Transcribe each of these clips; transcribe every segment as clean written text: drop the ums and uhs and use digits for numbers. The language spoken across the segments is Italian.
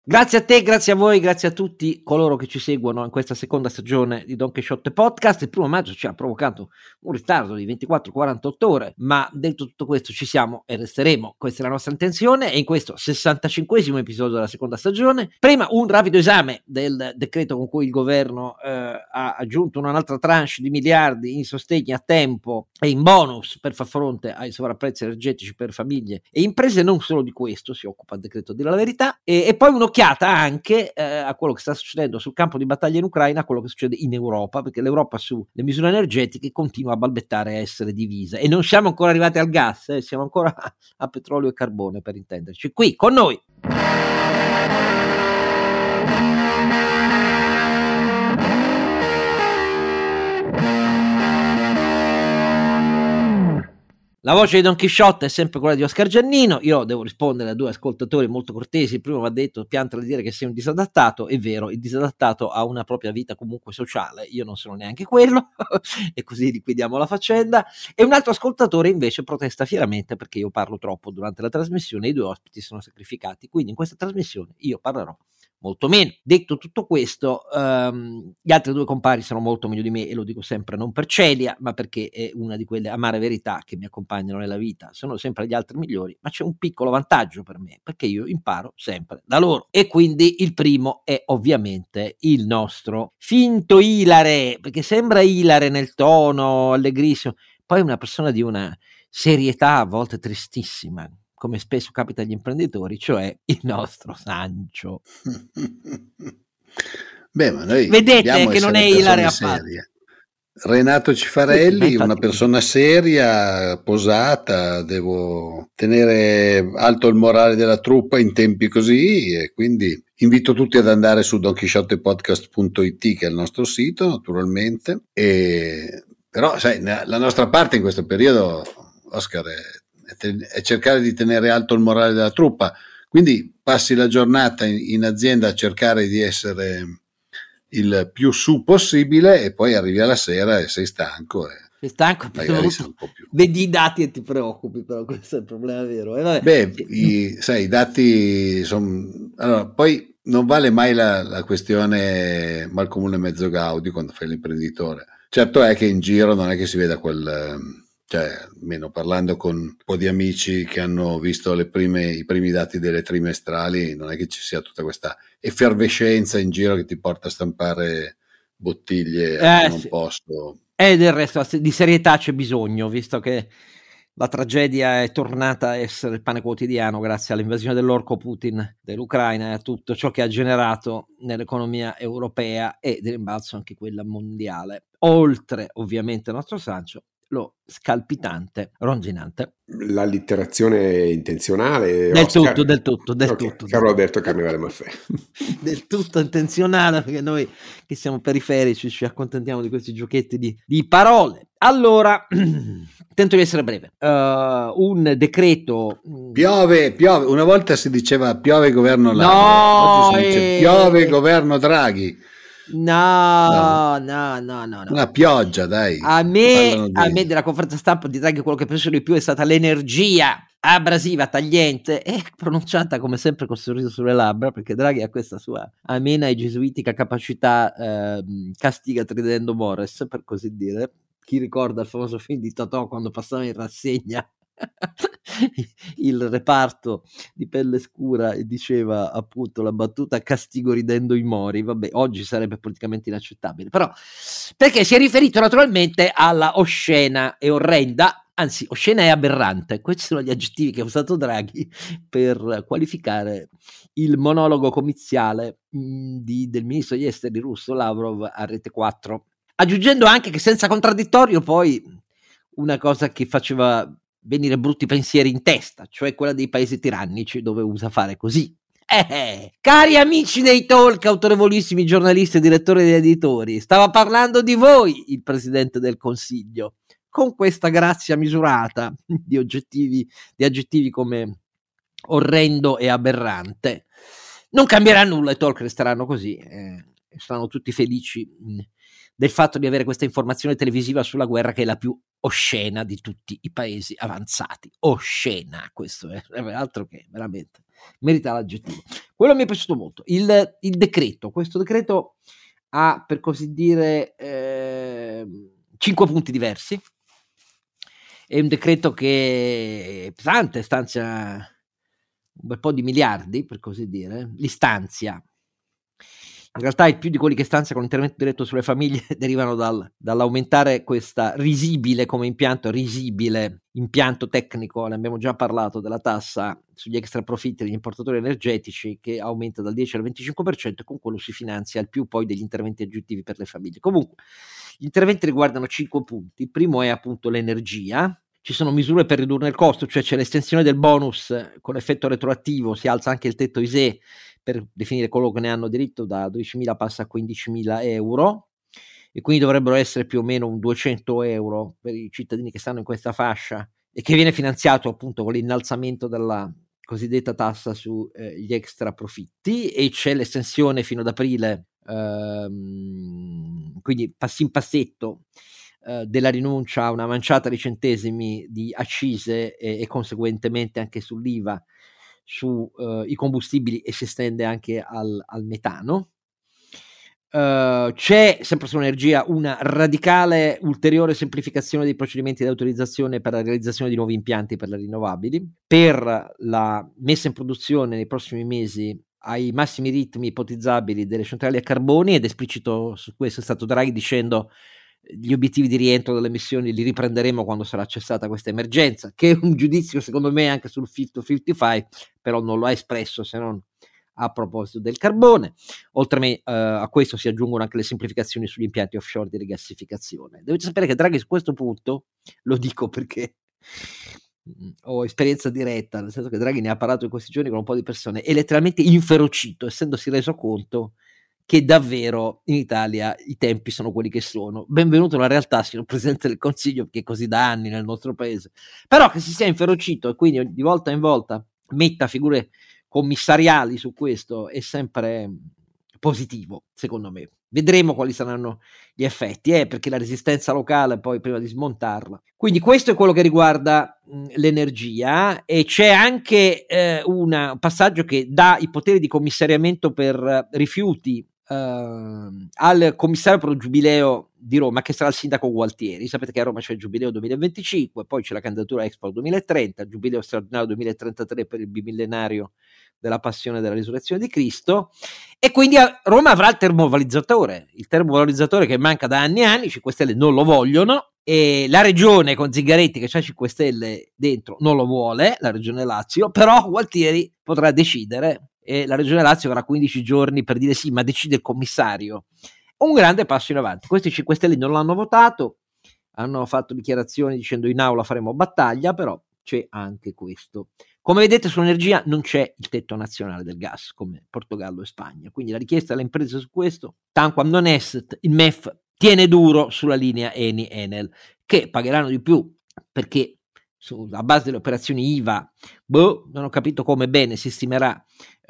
Grazie a te, grazie a voi, grazie a tutti coloro che ci seguono in questa seconda stagione di Don Chisciotte Podcast. Il 1° maggio ci ha provocato un ritardo di 24-48 ore, ma dentro tutto questo ci siamo e resteremo. Questa è la nostra intenzione, e in questo 65esimo episodio della seconda stagione, prima un rapido esame del decreto con cui il governo ha aggiunto un'altra tranche di miliardi in sostegni a tempo e in bonus per far fronte ai sovrapprezzi energetici per famiglie e imprese. Non solo di questo si occupa il decreto, dire la verità, e poi un'occhiata anche a quello che sta succedendo sul campo di battaglia in Ucraina, a quello che succede in Europa, perché l'Europa sulle misure energetiche continua a balbettare, a essere divisa, e non siamo ancora arrivati al gas, siamo ancora a petrolio e carbone, per intenderci. Qui con noi la voce di Don Chisciotte è sempre quella di Oscar Giannino. Io devo rispondere a 2 ascoltatori molto cortesi. Il primo mi ha detto: piantala di dire che sei un disadattato. È vero, il disadattato ha una propria vita comunque sociale, io non sono neanche quello e così liquidiamo la faccenda. E un altro ascoltatore invece protesta fieramente perché io parlo troppo durante la trasmissione e i 2 ospiti sono sacrificati, quindi in questa trasmissione io parlerò molto meno. Detto tutto questo, gli altri 2 compari sono molto meglio di me, e lo dico sempre non per celia, ma perché è una di quelle amare verità che mi accompagnano nella vita. Sono sempre gli altri migliori, ma c'è un piccolo vantaggio per me, perché io imparo sempre da loro. E quindi il primo è ovviamente il nostro finto ilare, perché sembra ilare nel tono, allegrissimo, poi è una persona di una serietà a volte tristissima, come spesso capita agli imprenditori, cioè il nostro Sancio. Beh, ma noi vedete che non è ilare affatto. Renato Cifarelli, una persona seria, posata, devo tenere alto il morale della truppa in tempi così, e quindi invito tutti ad andare su donchisciottepodcast.it, che è il nostro sito, naturalmente. Però sai, la nostra parte in questo periodo, Oscar, è cercare di tenere alto il morale della truppa, quindi passi la giornata in azienda a cercare di essere il più su possibile, e poi arrivi alla sera e sei stanco, sei stanco, magari sei un po' più. Vedi i dati e ti preoccupi, però questo è il problema vero. Vabbè. Beh, sai, i dati sono... Allora, poi non vale mai la questione mal comune mezzo gaudi quando fai l'imprenditore. Certo è che in giro non è che si veda cioè, almeno parlando con un po' di amici che hanno visto i primi dati delle trimestrali, non è che ci sia tutta questa effervescenza in giro che ti porta a stampare bottiglie a non posto. E del resto di serietà c'è bisogno, visto che la tragedia è tornata a essere il pane quotidiano grazie all'invasione dell'orco Putin dell'Ucraina e a tutto ciò che ha generato nell'economia europea e di rimbalzo anche quella mondiale. Oltre ovviamente al nostro Sancio, lo scalpitante Ronzinante. L'allitterazione intenzionale? Del Oscar? tutto. Carlo Alberto Carnevale Maffè. Del tutto intenzionale, perché noi che siamo periferici ci accontentiamo di questi giochetti di parole. Allora, tento di essere breve. Un decreto... Piove. Una volta si diceva piove governo Draghi. No, oggi si dice piove governo Draghi. No. Una pioggia, dai. A me della conferenza stampa di Draghi quello che penso di più è stata l'energia abrasiva, tagliente e pronunciata come sempre col sorriso sulle labbra, perché Draghi ha questa sua amena e gesuitica capacità castiga tridendo mores, per così dire. Chi ricorda il famoso film di Totò quando passava in rassegna il reparto di Pelle Scura e diceva appunto la battuta castigo ridendo i mori? Vabbè, oggi sarebbe politicamente inaccettabile, però perché si è riferito naturalmente alla oscena e orrenda, anzi oscena e aberrante, questi sono gli aggettivi che ha usato Draghi per qualificare il monologo comiziale del ministro degli esteri russo Lavrov a Rete 4, aggiungendo anche che senza contraddittorio poi una cosa che faceva venire brutti pensieri in testa, cioè quella dei paesi tirannici dove usa fare così. Cari amici dei talk, autorevolissimi giornalisti e direttori degli editori, stava parlando di voi il Presidente del Consiglio, con questa grazia misurata di aggettivi come orrendo e aberrante. Non cambierà nulla, i talk resteranno così, saranno tutti felici del fatto di avere questa informazione televisiva sulla guerra che è la più oscena di tutti i paesi avanzati. Oscena, questo è altro che veramente merita l'aggettivo. Quello mi è piaciuto molto. Il decreto, questo decreto ha, per così dire, 5 punti diversi. È un decreto che è pesante, stanzia un bel po' di miliardi, per così dire, li stanzia. In realtà i più di quelli che stanzia con l'intervento diretto sulle famiglie derivano dall'aumentare questa risibile impianto tecnico, ne abbiamo già parlato, della tassa sugli extra profitti degli importatori energetici, che aumenta dal 10 al 25%, e con quello si finanzia il più poi degli interventi aggiuntivi per le famiglie. Comunque, gli interventi riguardano 5 punti. Il primo è appunto l'energia. Ci sono misure per ridurre il costo, cioè c'è l'estensione del bonus con effetto retroattivo, si alza anche il tetto ISEE per definire coloro che ne hanno diritto, da 12.000 passa a 15.000 euro, e quindi dovrebbero essere più o meno un 200 euro per i cittadini che stanno in questa fascia, e che viene finanziato appunto con l'innalzamento della cosiddetta tassa sugli extra profitti. E c'è l'estensione fino ad aprile, quindi passi in passetto, della rinuncia a una manciata di centesimi di accise e conseguentemente anche sull'IVA sui combustibili, e si estende anche al metano. C'è sempre sull'energia una radicale ulteriore semplificazione dei procedimenti di autorizzazione per la realizzazione di nuovi impianti per le rinnovabili, per la messa in produzione nei prossimi mesi ai massimi ritmi ipotizzabili delle centrali a carboni, ed esplicito su questo è stato Draghi dicendo: gli obiettivi di rientro delle emissioni li riprenderemo quando sarà cessata questa emergenza, che è un giudizio secondo me anche sul Fit to 55, però non lo ha espresso se non a proposito del carbone. Oltre a questo si aggiungono anche le semplificazioni sugli impianti offshore di rigassificazione. Dovete sapere che Draghi su questo punto, lo dico perché ho esperienza diretta, nel senso che Draghi ne ha parlato in questi giorni con un po' di persone, è letteralmente inferocito, essendosi reso conto che davvero in Italia i tempi sono quelli che sono. Benvenuto alla realtà, signor Presidente del Consiglio, perché è così da anni nel nostro paese. Però che si sia inferocito e quindi di volta in volta metta figure commissariali su questo è sempre positivo, secondo me. Vedremo quali saranno gli effetti, perché la resistenza locale poi prima di smontarla. Quindi questo è quello che riguarda l'energia, e c'è anche un passaggio che dà i poteri di commissariamento per rifiuti al commissario per il giubileo di Roma, che sarà il sindaco Gualtieri. Sapete che a Roma c'è il giubileo 2025, poi c'è la candidatura Expo 2030, il giubileo straordinario 2033 per il bimillenario della passione della risurrezione di Cristo, e quindi a Roma avrà il termovalorizzatore che manca da anni e anni. 5 Stelle non lo vogliono, e la regione con Zingaretti, che c'ha 5 Stelle dentro, non lo vuole, la regione Lazio, però Gualtieri potrà decidere, e la regione Lazio avrà 15 giorni per dire sì, ma decide il commissario. Un grande passo in avanti. Questi 5 Stelle non l'hanno votato, hanno fatto dichiarazioni dicendo in aula faremo battaglia, però c'è anche questo. Come vedete, sull'energia non c'è il tetto nazionale del gas come Portogallo e Spagna, quindi la richiesta alle imprese su questo, tanquam non est, il MEF tiene duro sulla linea Eni-Enel, che pagheranno di più perché sulla base delle operazioni IVA, non ho capito come bene si stimerà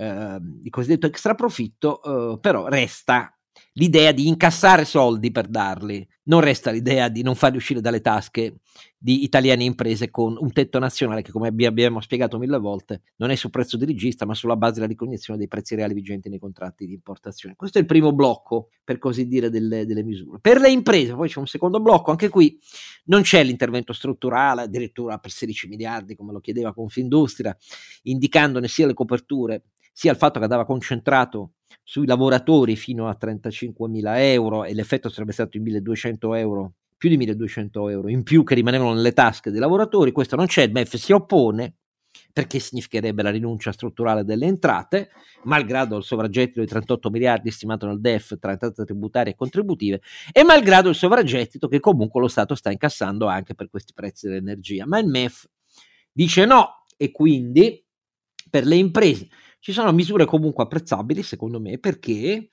il cosiddetto extraprofitto, però resta l'idea di incassare soldi per darli, non resta l'idea di non farli uscire dalle tasche di italiane imprese con un tetto nazionale che, come abbiamo spiegato 1000 volte, non è su prezzo di regista ma sulla base della ricognizione dei prezzi reali vigenti nei contratti di importazione. Questo è il primo blocco, per così dire, delle misure. Per le imprese poi c'è un secondo blocco, anche qui non c'è l'intervento strutturale, addirittura per 16 miliardi come lo chiedeva Confindustria, indicandone sia le coperture sia il fatto che andava concentrato sui lavoratori fino a 35.000 euro, e l'effetto sarebbe stato di 1.200 euro, più di 1.200 euro in più che rimanevano nelle tasche dei lavoratori. Questo non c'è, il MEF si oppone perché significherebbe la rinuncia strutturale delle entrate, malgrado il sovraggettito di 38 miliardi stimato nel DEF tra entrate tributarie e contributive, e malgrado il sovraggettito che comunque lo Stato sta incassando anche per questi prezzi dell'energia. Ma il MEF dice no, e quindi per le imprese ci sono misure comunque apprezzabili, secondo me, perché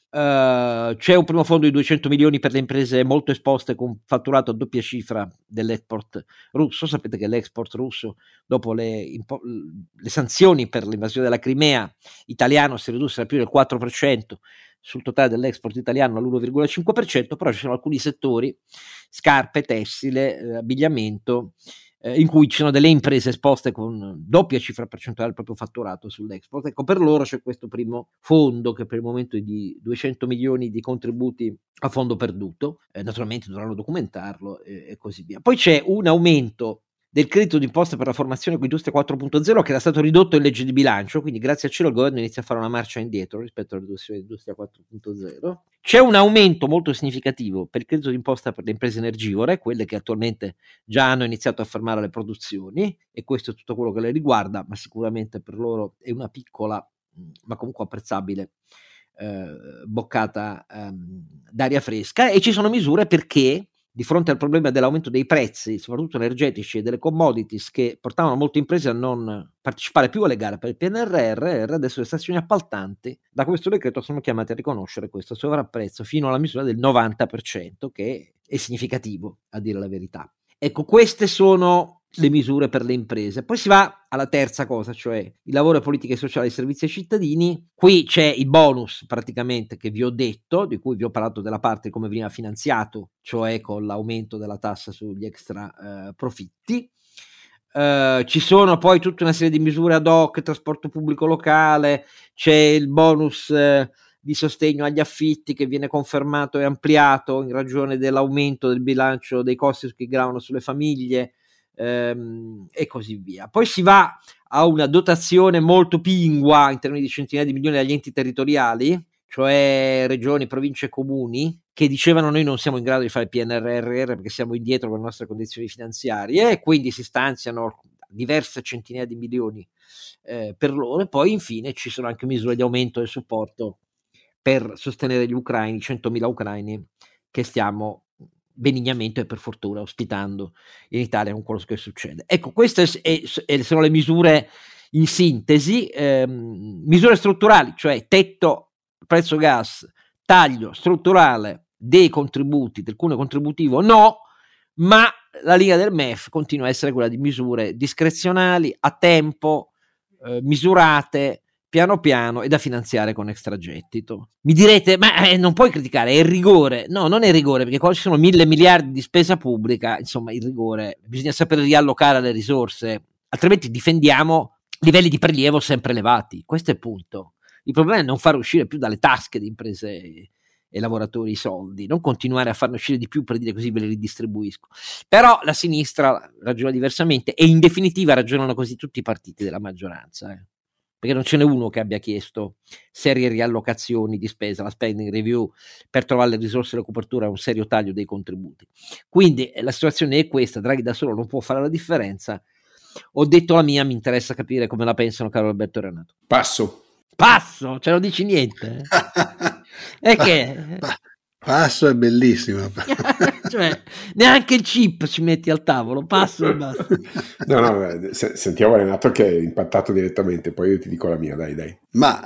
c'è un primo fondo di 200 milioni per le imprese molto esposte con fatturato a doppia cifra dell'export russo. Sapete che l'export russo, dopo le sanzioni per l'invasione della Crimea, italiano si ridusse da più del 4% sul totale dell'export italiano all'1,5%, però ci sono alcuni settori, scarpe, tessile, abbigliamento, in cui ci sono delle imprese esposte con doppia cifra percentuale del proprio fatturato sull'export. Ecco, per loro c'è questo primo fondo che per il momento è di 200 milioni di contributi a fondo perduto, naturalmente dovranno documentarlo e così via. Poi c'è un aumento del credito d'imposta per la formazione con Industria 4.0 che era stato ridotto in legge di bilancio, quindi grazie a cielo il governo inizia a fare una marcia indietro rispetto alla riduzione di Industria 4.0. C'è un aumento molto significativo per il credito d'imposta per le imprese energivore, quelle che attualmente già hanno iniziato a fermare le produzioni, e questo è tutto quello che le riguarda, ma sicuramente per loro è una piccola ma comunque apprezzabile boccata d'aria fresca. E ci sono misure perché di fronte al problema dell'aumento dei prezzi, soprattutto energetici e delle commodities, che portavano molte imprese a non partecipare più alle gare per il PNRR, adesso le stazioni appaltanti da questo decreto sono chiamate a riconoscere questo sovrapprezzo fino alla misura del 90%, che è significativo, a dire la verità. Ecco, queste sono le misure per le imprese. Poi si va alla terza cosa, cioè il lavoro, politica sociale e servizi ai cittadini. Qui c'è il bonus praticamente che vi ho detto, di cui vi ho parlato della parte come veniva finanziato, cioè con l'aumento della tassa sugli extra profitti. Ci sono poi tutta una serie di misure ad hoc, trasporto pubblico locale, c'è il bonus di sostegno agli affitti che viene confermato e ampliato in ragione dell'aumento del bilancio dei costi che gravano sulle famiglie, e così via. Poi si va a una dotazione molto pingua in termini di centinaia di milioni agli enti territoriali, cioè regioni, province e comuni, che dicevano noi non siamo in grado di fare il PNRR perché siamo indietro con le nostre condizioni finanziarie, e quindi si stanziano diverse centinaia di milioni per loro. E poi infine ci sono anche misure di aumento del supporto per sostenere gli ucraini, 100.000 ucraini che stiamo benignamente e per fortuna ospitando in Italia con quello che succede. Ecco, queste sono le misure in sintesi, misure strutturali, cioè tetto prezzo gas, taglio strutturale dei contributi, del cuneo contributivo no, ma la linea del MEF continua a essere quella di misure discrezionali, a tempo, misurate, piano piano e da finanziare con extragettito. Mi direte, ma non puoi criticare, è il rigore. No, non è il rigore, perché qua ci sono 1.000 miliardi di spesa pubblica, insomma il rigore, bisogna sapere riallocare le risorse, altrimenti difendiamo livelli di prelievo sempre elevati. Questo è il punto. Il problema è non far uscire più dalle tasche di imprese e lavoratori i soldi, non continuare a farne uscire di più per dire così ve li ridistribuisco. Però la sinistra ragiona diversamente e in definitiva ragionano così tutti i partiti della maggioranza, perché non ce n'è uno che abbia chiesto serie riallocazioni di spesa, la spending review per trovare le risorse e la copertura è un serio taglio dei contributi. Quindi la situazione è questa, Draghi da solo non può fare la differenza. Ho detto la mia, mi interessa capire come la pensano Carlo Alberto e Renato. Passo, ce lo dici niente? E che? Passo è bellissima. Cioè, neanche il chip ci metti al tavolo, passo e basta. No, sentiamo Renato che è impattato direttamente, poi io ti dico la mia, dai. Ma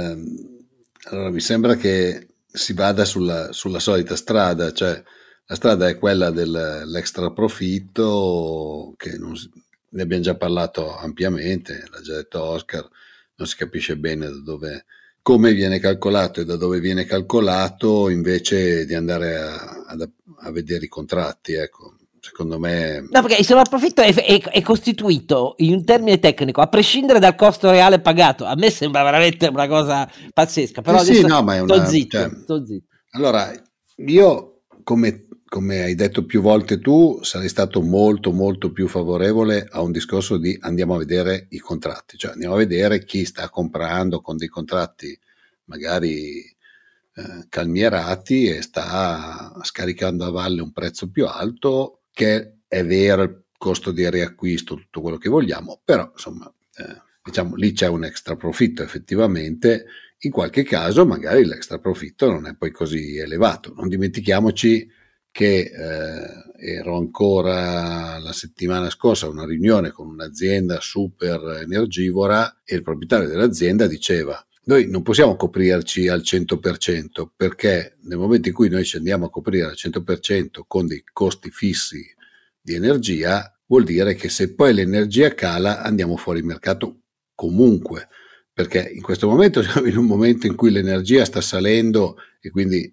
allora mi sembra che si vada sulla solita strada, cioè la strada è quella dell'extra profitto, che ne abbiamo già parlato ampiamente, l'ha già detto Oscar, non si capisce bene da dove, come viene calcolato e da dove viene calcolato, invece di andare a vedere i contratti, ecco. Secondo me no, perché il sovrapprofitto è costituito in un termine tecnico a prescindere dal costo reale pagato. A me sembra veramente una cosa pazzesca, però sì, no, ma è una, sto zitto. Allora io come hai detto più volte tu, sarei stato molto molto più favorevole a un discorso di andiamo a vedere i contratti, cioè andiamo a vedere chi sta comprando con dei contratti magari calmierati e sta scaricando a valle un prezzo più alto, che è vero il costo di riacquisto, tutto quello che vogliamo, però insomma diciamo lì c'è un extra profitto effettivamente. In qualche caso magari l'extra profitto non è poi così elevato. Non dimentichiamoci che ero ancora la settimana scorsa a una riunione con un'azienda super energivora e il proprietario dell'azienda diceva: noi non possiamo coprirci al 100% perché nel momento in cui noi ci andiamo a coprire al 100% con dei costi fissi di energia, vuol dire che se poi l'energia cala andiamo fuori mercato comunque, perché in questo momento siamo in un momento in cui l'energia sta salendo e quindi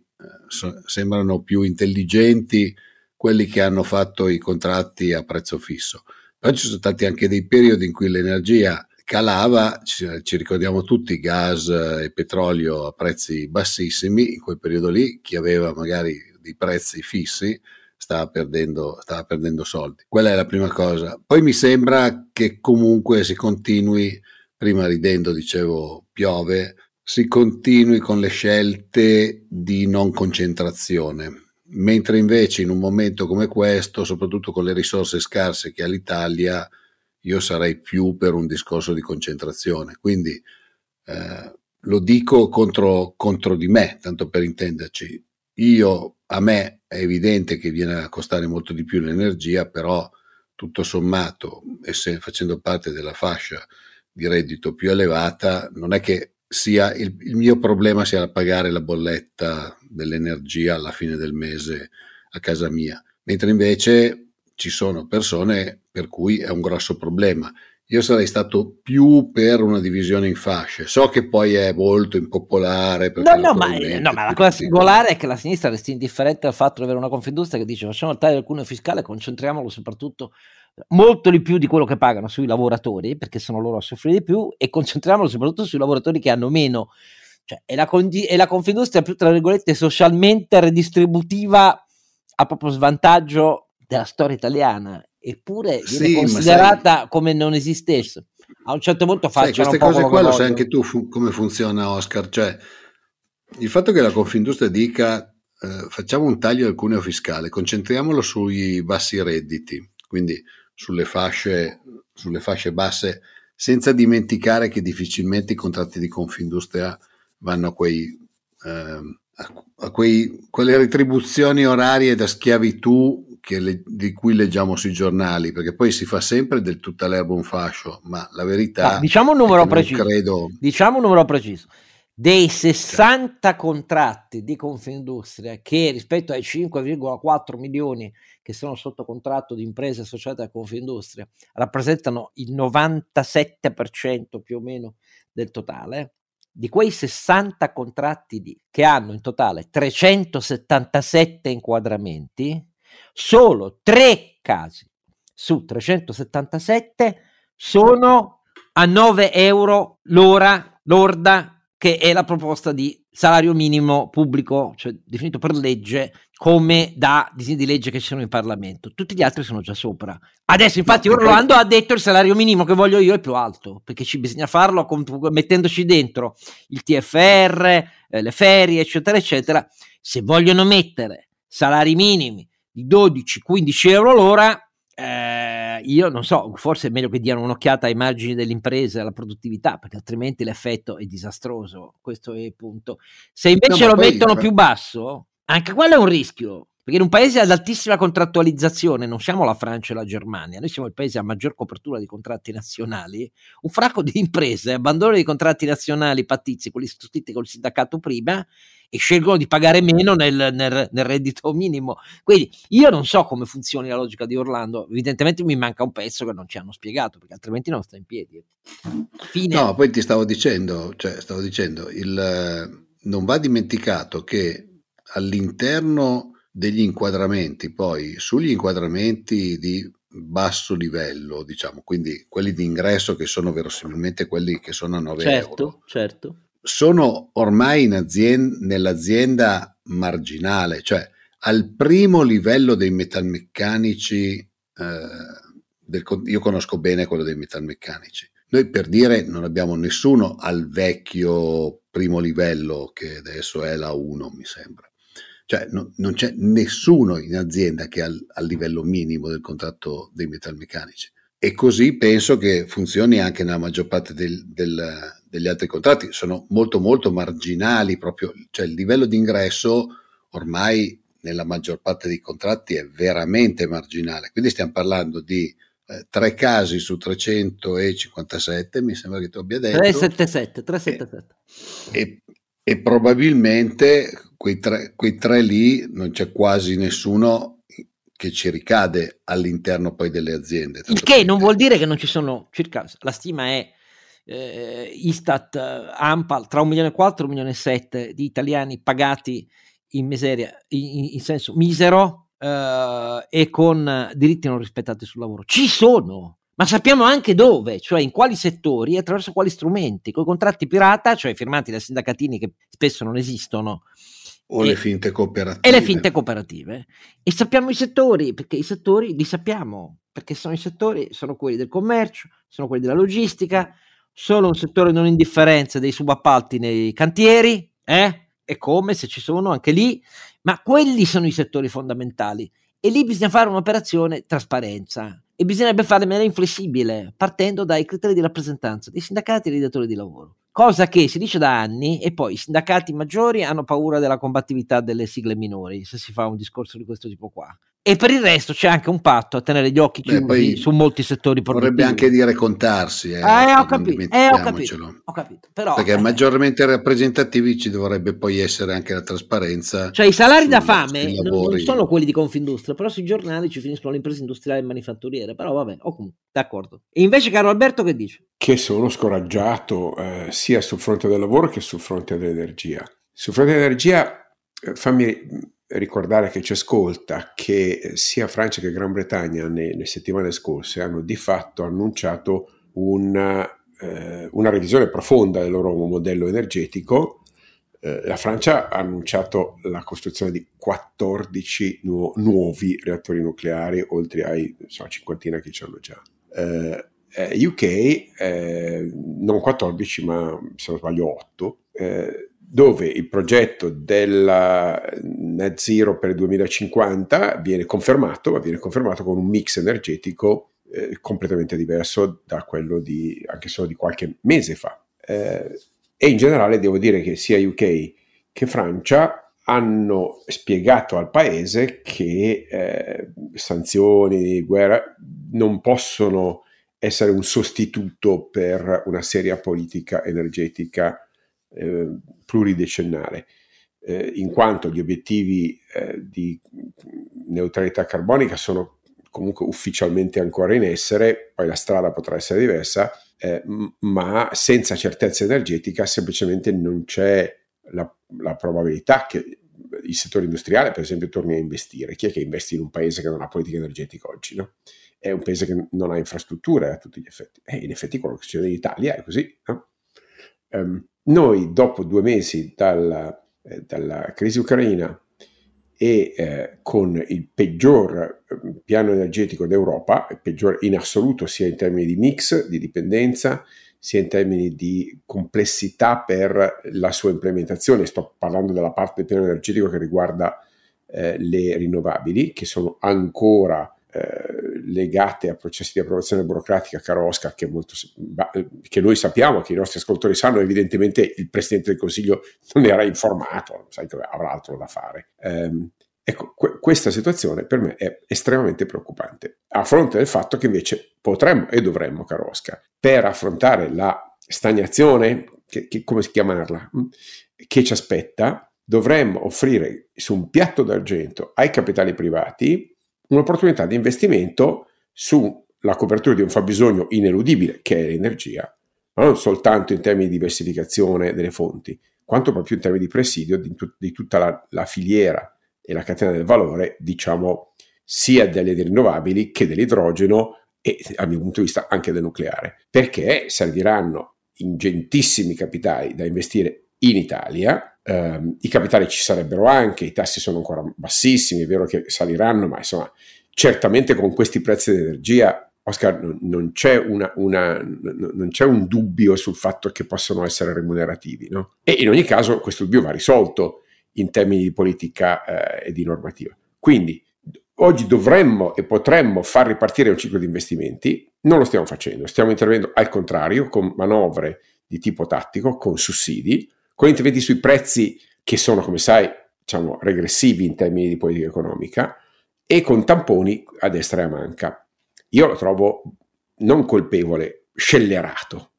sembrano più intelligenti quelli che hanno fatto i contratti a prezzo fisso. Poi ci sono stati anche dei periodi in cui l'energia calava, ci ricordiamo tutti, gas e petrolio a prezzi bassissimi. In quel periodo lì chi aveva magari dei prezzi fissi stava perdendo soldi. Quella è la prima cosa. Poi mi sembra che comunque si continui, prima ridendo dicevo piove, si continui con le scelte di non concentrazione, mentre invece in un momento come questo, soprattutto con le risorse scarse che ha l'Italia, io sarei più per un discorso di concentrazione. Quindi lo dico contro di me, tanto per intenderci. A me è evidente che viene a costare molto di più l'energia, però tutto sommato, facendo parte della fascia di reddito più elevata, non è che sia il mio problema sia pagare la bolletta dell'energia alla fine del mese a casa mia, mentre invece ci sono persone per cui è un grosso problema. Io sarei stato più per una divisione in fasce. So che poi è molto impopolare. Ma la cosa singolare è che la sinistra resta indifferente al fatto di avere una Confindustria che dice facciamo il taglio del cuneo fiscale, concentriamolo soprattutto molto di più di quello che pagano sui lavoratori, perché sono loro a soffrire di più, e concentriamolo soprattutto sui lavoratori che hanno meno. Cioè, è la Confindustria più, tra virgolette, socialmente redistributiva a proprio svantaggio della storia italiana, eppure viene considerata come non esistesse. A un certo punto facciano queste cose qua, lo sai anche tu come funziona, Oscar. Cioè, il fatto che la Confindustria dica facciamo un taglio del cuneo fiscale, concentriamolo sui bassi redditi, quindi sulle fasce basse, senza dimenticare che difficilmente i contratti di Confindustria vanno a quelle retribuzioni orarie da schiavitù di cui leggiamo sui giornali, perché poi si fa sempre del tutta l'erba un fascio, ma la verità diciamo un numero preciso. Diciamo un numero preciso. Dei 60 contratti di Confindustria, che rispetto ai 5,4 milioni che sono sotto contratto di imprese associate a Confindustria rappresentano il 97% più o meno del totale, di quei 60 contratti che hanno in totale 377 inquadramenti, solo 3 casi su 377 sono a 9 euro l'ora lorda, che è la proposta di salario minimo pubblico, cioè definito per legge come da disegni di legge che ci sono in Parlamento. Tutti gli altri sono già sopra. Adesso infatti Orlando ha detto il salario minimo che voglio io è più alto, perché bisogna farlo mettendoci dentro il TFR, le ferie, eccetera, eccetera. Se vogliono mettere salari minimi di 12-15 euro l'ora, io non so, forse è meglio che diano un'occhiata ai margini delle imprese, alla produttività, perché altrimenti l'effetto è disastroso. Questo è il punto. Se invece lo mettono più basso, anche quello è un rischio, perché in un paese ad altissima contrattualizzazione, non siamo la Francia e la Germania, noi siamo il paese a maggior copertura di contratti nazionali, un fracco di imprese abbandonano i contratti nazionali pattizi, quelli sottoscritti col sindacato prima, e scelgono di pagare meno nel reddito minimo. Quindi io non so come funzioni la logica di Orlando, evidentemente mi manca un pezzo che non ci hanno spiegato, perché altrimenti non sta in piedi. Fine. No, poi ti stavo dicendo, non va dimenticato che all'interno degli inquadramenti, poi sugli inquadramenti di basso livello, diciamo, quindi quelli di ingresso che sono verosimilmente quelli che sono a 9 euro. Certo. Sono ormai nell'azienda marginale, cioè al primo livello dei metalmeccanici, io conosco bene quello dei metalmeccanici. Noi, per dire, non abbiamo nessuno al vecchio primo livello, che adesso è la 1, mi sembra. Cioè non c'è nessuno in azienda che è al livello minimo del contratto dei metalmeccanici. E così penso che funzioni anche nella maggior parte degli altri contratti. Sono molto molto marginali proprio, cioè il livello di ingresso ormai nella maggior parte dei contratti è veramente marginale, quindi stiamo parlando di 3 casi su 357, mi sembra che tu abbia detto 377 e probabilmente quei tre lì non c'è quasi nessuno che ci ricade all'interno poi delle aziende. Il che non vuol dire che non ci sono circa, la stima è Istat, ANPAL, tra 1,4 milioni e 1,7 milioni di italiani pagati in miseria, in senso misero, e con diritti non rispettati sul lavoro. Ci sono, ma sappiamo anche dove, cioè in quali settori e attraverso quali strumenti, con i contratti pirata, cioè firmati da sindacatini che spesso non esistono, o le finte cooperative. E le finte cooperative. E sappiamo i settori, perché i settori li sappiamo, perché sono i settori, sono quelli del commercio, sono quelli della logistica, sono un settore non indifferente dei subappalti nei cantieri, e come se ci sono anche lì, ma quelli sono i settori fondamentali. E lì bisogna fare un'operazione trasparenza e bisognerebbe farla in maniera inflessibile, partendo dai criteri di rappresentanza dei sindacati e dei datori di lavoro. Cosa che si dice da anni, e poi i sindacati maggiori hanno paura della combattività delle sigle minori, se si fa un discorso di questo tipo qua. E per il resto c'è anche un patto a tenere gli occhi chiusi su molti settori produttivi. Vorrebbe anche dire contarsi. Ho capito. Però, perché maggiormente rappresentativi ci dovrebbe poi essere anche la trasparenza. Cioè i salari da fame non sono quelli di Confindustria, però sui giornali ci finiscono le imprese industriali e manifatturiere. Però vabbè, comunque, d'accordo. E invece caro Alberto che dice? Che sono scoraggiato sia sul fronte del lavoro che sul fronte dell'energia. Sul fronte dell'energia fammi ricordare che ci ascolta che sia Francia che Gran Bretagna nelle settimane scorse hanno di fatto annunciato una revisione profonda del loro modello energetico. La Francia ha annunciato la costruzione di 14 nuovi reattori nucleari, oltre ai cinquantina che ci hanno già. UK non 14 ma se non sbaglio 8, dove il progetto del net zero per il 2050 viene confermato con un mix energetico completamente diverso da quello di anche solo di qualche mese fa. E in generale devo dire che sia UK che Francia hanno spiegato al paese che sanzioni, guerra non possono essere un sostituto per una seria politica energetica pluridecennale, in quanto gli obiettivi di neutralità carbonica sono comunque ufficialmente ancora in essere, poi la strada potrà essere diversa, ma senza certezza energetica semplicemente non c'è la probabilità che il settore industriale, per esempio, torni a investire. Chi è che investe in un paese che non ha politica energetica oggi, no? È un paese che non ha infrastrutture a tutti gli effetti. In effetti quello che succede in Italia è così, no? Noi dopo 2 mesi dalla crisi ucraina e con il peggior piano energetico d'Europa, il peggiore in assoluto sia in termini di mix, di dipendenza, sia in termini di complessità per la sua implementazione. Sto parlando della parte del piano energetico che riguarda le rinnovabili, che sono ancora legate a processi di approvazione burocratica, caro Oscar, che noi sappiamo, che i nostri ascoltatori sanno. Evidentemente il Presidente del Consiglio non era informato, sai che avrà altro da fare. Ecco, questa situazione per me è estremamente preoccupante, a fronte del fatto che invece potremmo e dovremmo, caro Oscar, per affrontare la stagnazione, che come si chiamarla, che ci aspetta, dovremmo offrire su un piatto d'argento ai capitali privati un'opportunità di investimento sulla copertura di un fabbisogno ineludibile che è l'energia, ma non soltanto in termini di diversificazione delle fonti, quanto proprio in termini di presidio di tutta la filiera e la catena del valore, diciamo, sia delle rinnovabili che dell'idrogeno e, dal mio punto di vista, anche del nucleare, perché serviranno ingentissimi capitali da investire in Italia. I capitali ci sarebbero anche, i tassi sono ancora bassissimi, è vero che saliranno, ma insomma certamente con questi prezzi dell'energia, Oscar, non c'è non c'è un dubbio sul fatto che possono essere remunerativi, no? E in ogni caso questo dubbio va risolto in termini di politica e di normativa. Quindi oggi dovremmo e potremmo far ripartire un ciclo di investimenti, non lo stiamo facendo, stiamo intervenendo al contrario con manovre di tipo tattico, con sussidi, con interventi sui prezzi che sono, come sai, diciamo, regressivi in termini di politica economica e con tamponi a destra e a manca. Io lo trovo non colpevole, scellerato.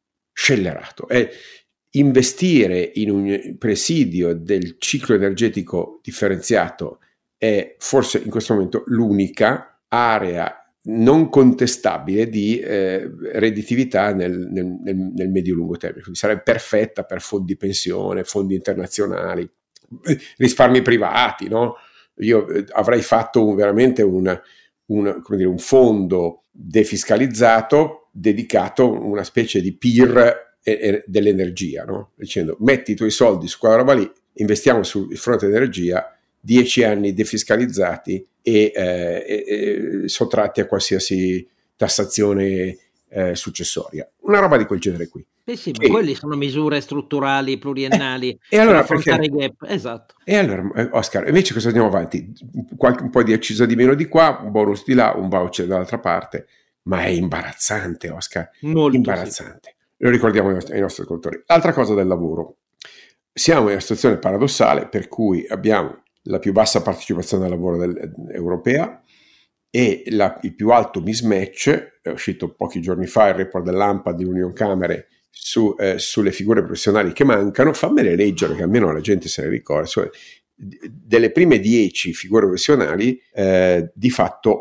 È investire in un presidio del ciclo energetico differenziato è forse in questo momento l'unica area non contestabile di redditività nel medio-lungo termine. Quindi sarebbe perfetta per fondi pensione, fondi internazionali, risparmi privati, no? Io avrei fatto veramente un fondo defiscalizzato dedicato a una specie di PIR dell'energia, no? Dicendo metti i tuoi soldi su quella roba lì, investiamo sul fronte dell'energia, 10 anni defiscalizzati e sottratti a qualsiasi tassazione successoria, una roba di quel genere qui. Sì, ma quelli sono misure strutturali pluriennali e allora, per affrontare i gap. Esatto. E allora, Oscar, invece cosa andiamo avanti? Un po' di accisa di meno di qua, un bonus di là, un voucher dall'altra parte, ma è imbarazzante, Oscar, molto imbarazzante. Sì. Lo ricordiamo ai nostri ascoltatori. Altra cosa del lavoro, siamo in una situazione paradossale per cui abbiamo la più bassa partecipazione al lavoro europea e il più alto mismatch. È uscito pochi giorni fa il report dell'ANPA di Unioncamere sulle figure professionali che mancano. Fammele leggere, che almeno la gente se ne ricorda. Delle prime 10 figure professionali, di fatto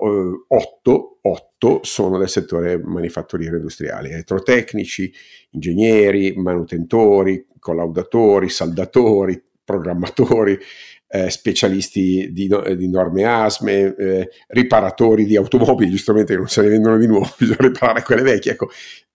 8 sono del settore manifatturiero industriale: elettrotecnici, ingegneri, manutentori, collaudatori, saldatori, programmatori, specialisti di norme ASME, riparatori di automobili, giustamente, che non se ne vendono di nuovo, bisogna riparare quelle vecchie. Ecco,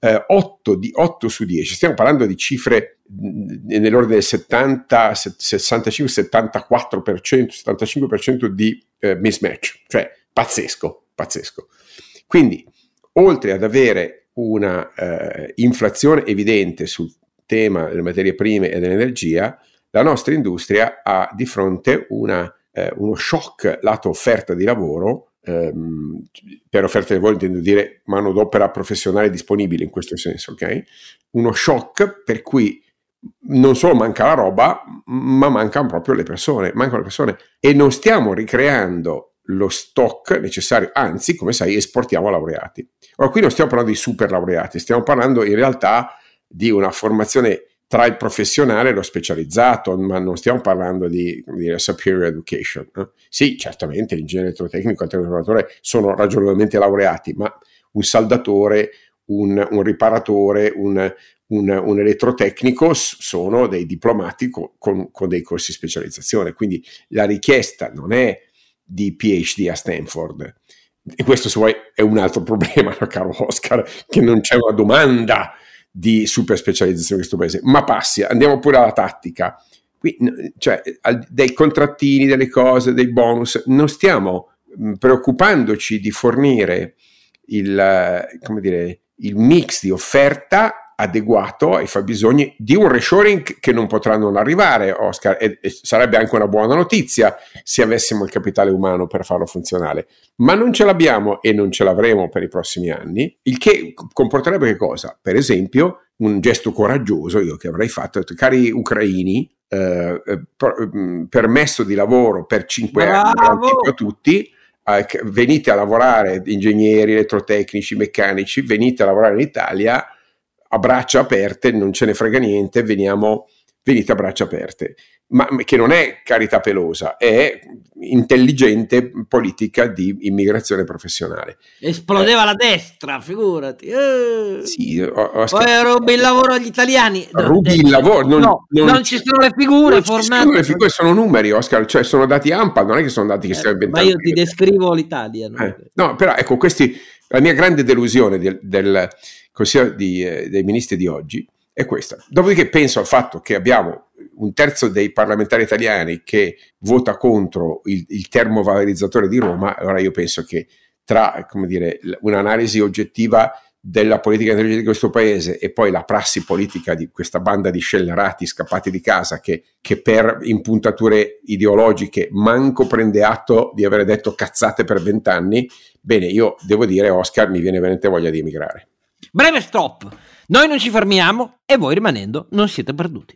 8 su 10, stiamo parlando di cifre nell'ordine del 70, 65, 74%, 75% di mismatch, cioè pazzesco. Quindi, oltre ad avere una inflazione evidente sul tema delle materie prime e dell'energia, la nostra industria ha di fronte uno shock lato offerta di lavoro. Per offerta di lavoro intendo dire manodopera professionale disponibile, in questo senso, ok? Uno shock per cui non solo manca la roba, ma mancano proprio le persone, e non stiamo ricreando lo stock necessario, anzi, come sai, esportiamo laureati. Ora, qui non stiamo parlando di super laureati, stiamo parlando in realtà di una formazione tra il professionale e lo specializzato, ma non stiamo parlando di superior education. Sì, certamente l'ingegnere elettrotecnico e il tecnico sono ragionevolmente laureati, ma un saldatore, un riparatore, un elettrotecnico sono dei diplomati con dei corsi di specializzazione. Quindi la richiesta non è di PhD a Stanford. E questo, se vuoi, è un altro problema, caro Oscar, che non c'è una domanda di super specializzazione in questo paese. Ma passi, andiamo pure alla tattica. Qui, cioè, dei contrattini, delle cose, dei bonus, non stiamo preoccupandoci di fornire il mix di offerta adeguato ai fabbisogni di un reshoring che non potrà non arrivare, Oscar, e sarebbe anche una buona notizia se avessimo il capitale umano per farlo funzionale, ma non ce l'abbiamo e non ce l'avremo per i prossimi anni, il che comporterebbe che cosa? Per esempio, un gesto coraggioso io che avrei fatto: cari ucraini, permesso di lavoro per 5 anni a tutti, venite a lavorare, ingegneri, elettrotecnici, meccanici, venite a lavorare in Italia a braccia aperte, non ce ne frega niente, venite a braccia aperte, ma che non è carità pelosa, è intelligente politica di immigrazione professionale. Esplodeva la destra, figurati. Sì, poi rubi il lavoro agli italiani. Rubi il lavoro? Non ci sono le figure formate. Le figure sono numeri, Oscar, cioè sono dati ANPA, non è che sono dati che stiamo inventando. Ma io ti descrivo l'Italia. No, però ecco, la mia grande delusione del Consiglio dei Ministri di oggi è questa. Dopodiché penso al fatto che abbiamo un terzo dei parlamentari italiani che vota contro il termovalorizzatore di Roma. Allora io penso che tra, un'analisi oggettiva della politica energetica di questo paese e poi la prassi politica di questa banda di scellerati scappati di casa che per impuntature ideologiche manco prende atto di aver detto cazzate per 20 anni, bene, io devo dire, Oscar, mi viene veramente voglia di emigrare. Breve stop, noi non ci fermiamo e voi rimanendo non siete perduti.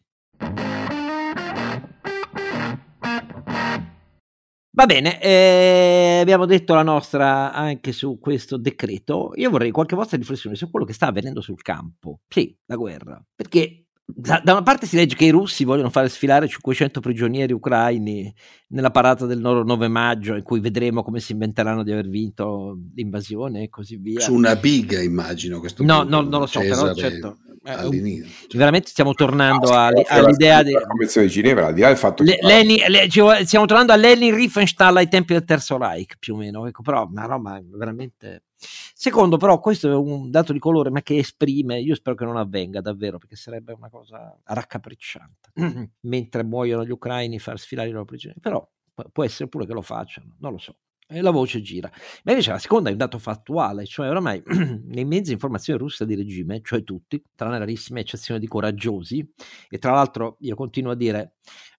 Va bene, abbiamo detto la nostra anche su questo decreto. Io vorrei qualche vostra riflessione su quello che sta avvenendo sul campo. Sì, la guerra. Perché Da una parte si legge che i russi vogliono fare sfilare 500 prigionieri ucraini nella parata del loro 9 maggio, in cui vedremo come si inventeranno di aver vinto l'invasione e così via. Su una biga, immagino. Questo no, non lo so, però certo. All'inizio. Veramente stiamo tornando all'idea della Convenzione di Ginevra, al di là del fatto che stiamo tornando a Leni Riefenstahl ai tempi del Terzo Reich, più o meno, ecco, però una roba veramente. Secondo, però, questo è un dato di colore, ma che esprime, io spero che non avvenga davvero, perché sarebbe una cosa raccapricciante mentre muoiono gli ucraini far sfilare i loro prigionieri, però può essere pure che lo facciano, non lo so. E la voce gira. Ma invece la seconda è un dato fattuale, cioè oramai nei mezzi di informazione russa di regime, cioè tutti, tranne rarissime eccezioni di coraggiosi, e tra l'altro io continuo a dire